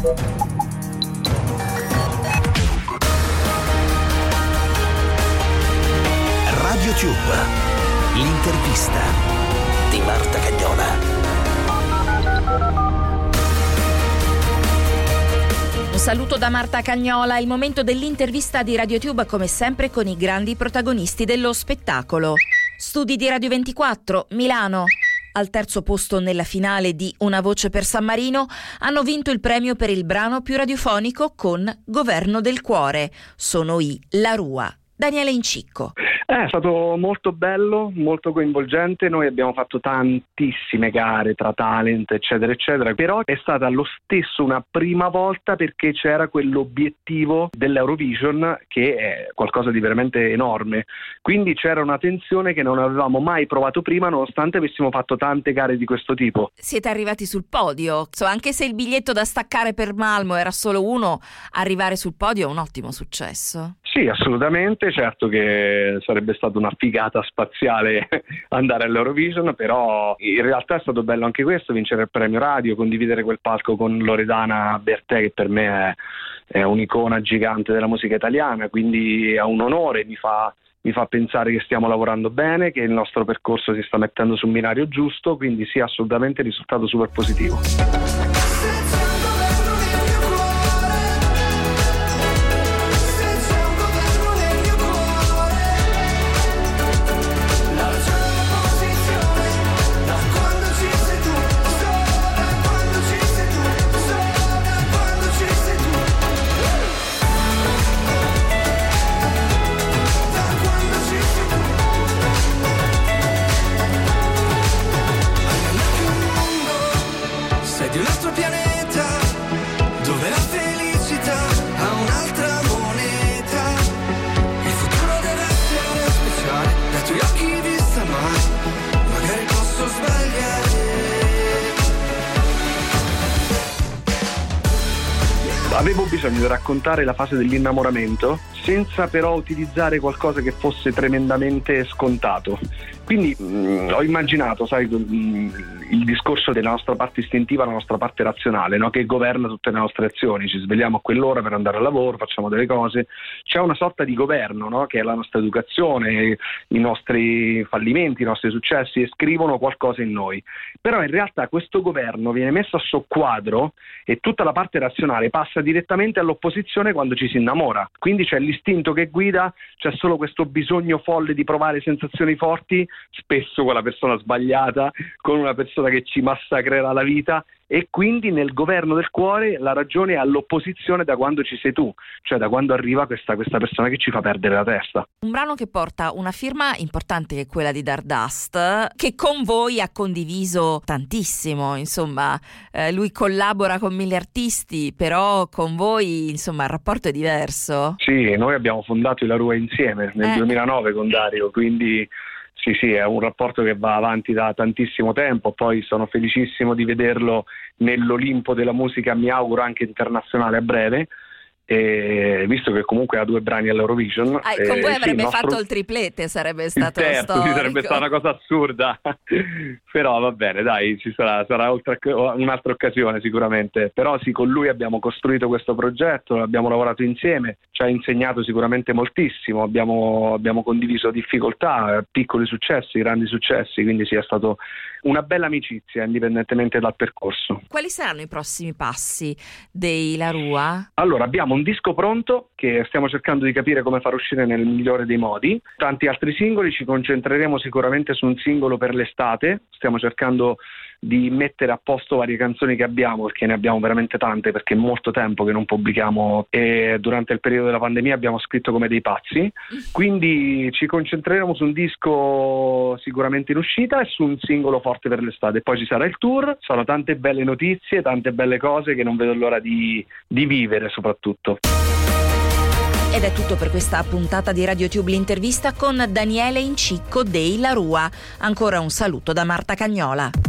RadioTube, l'intervista di Marta Cagnola. Un saluto da Marta Cagnola, il momento dell'intervista di RadioTube, come sempre con i grandi protagonisti dello spettacolo. Studi di Radio 24, Milano. Al terzo posto nella finale di Una voce per San Marino hanno vinto il premio per il brano più radiofonico con Governo del cuore. Sono i La Rua. Daniele Incicco. È stato molto bello, molto coinvolgente. Noi abbiamo fatto tantissime gare tra talent, eccetera, eccetera, però è stata lo stesso una prima volta perché c'era quell'obiettivo dell'Eurovision che è qualcosa di veramente enorme. Quindi c'era una tensione che non avevamo mai provato prima, nonostante avessimo fatto tante gare di questo tipo. Siete arrivati sul podio, anche se il biglietto da staccare per Malmo era solo uno, arrivare sul podio è un ottimo successo. Sì, assolutamente, certo che sarebbe stata una figata spaziale andare all'Eurovision, però in realtà è stato bello anche questo, vincere il premio radio, condividere quel palco con Loredana Bertè, che per me è un'icona gigante della musica italiana, quindi è un onore, mi fa pensare che stiamo lavorando bene, che il nostro percorso si sta mettendo sul binario giusto, quindi sì, assolutamente risultato super positivo. Di un altro pianeta dove la felicità ha un'altra moneta. Il futuro deve essere speciale, dai tuoi occhi vista mai, magari posso sbagliare. Avevo bisogno di raccontare la fase dell'innamoramento senza però utilizzare qualcosa che fosse tremendamente scontato. Quindi ho immaginato, sai, il discorso della nostra parte istintiva, la nostra parte razionale, no? Che governa tutte le nostre azioni. Ci svegliamo a quell'ora per andare al lavoro, facciamo delle cose. C'è una sorta di governo, no? Che è la nostra educazione, i nostri fallimenti, i nostri successi, e scrivono qualcosa in noi. Però in realtà questo governo viene messo a soqquadro e tutta la parte razionale passa direttamente all'opposizione quando ci si innamora. Quindi c'è l'istinto che guida, c'è solo questo bisogno folle di provare sensazioni forti, spesso con la persona sbagliata, con una persona che ci massacrerà la vita, e quindi nel governo del cuore la ragione è all'opposizione da quando ci sei tu, cioè da quando arriva questa persona che ci fa perdere la testa. Un brano che porta una firma importante che è quella di Dardust, che con voi ha condiviso tantissimo, insomma, lui collabora con 1000 artisti, però con voi insomma il rapporto è diverso. Sì, noi abbiamo fondato i La Rua insieme nel 2009 con Dario, quindi sì, è un rapporto che va avanti da tantissimo tempo. Poi sono felicissimo di vederlo nell'Olimpo della musica, mi auguro anche internazionale a breve, e visto che comunque ha 2 brani all'Eurovision, con voi avrebbe fatto il triplete, sarebbe stato storico. Sì, sarebbe stata una cosa assurda però va bene, dai, ci sarà un'altra occasione sicuramente. Però sì, con lui abbiamo costruito questo progetto, abbiamo lavorato insieme, ci ha insegnato sicuramente moltissimo, abbiamo condiviso difficoltà, piccoli successi, grandi successi, quindi sì, è stato una bella amicizia indipendentemente dal percorso. Quali saranno i prossimi passi dei La Rua? Allora, abbiamo un disco pronto che stiamo cercando di capire come far uscire nel migliore dei modi, tanti altri singoli, ci concentreremo sicuramente su un singolo per l'estate, stiamo cercando di mettere a posto varie canzoni che abbiamo, perché ne abbiamo veramente tante, perché è molto tempo che non pubblichiamo e durante il periodo della pandemia abbiamo scritto come dei pazzi, quindi ci concentreremo su un disco sicuramente in uscita e su un singolo forte per l'estate. Poi ci sarà il tour, sono tante belle notizie, tante belle cose che non vedo l'ora di vivere soprattutto. Ed è tutto per questa puntata di RadioTube, l'intervista con Daniele Incicco dei La Rua. Ancora un saluto da Marta Cagnola.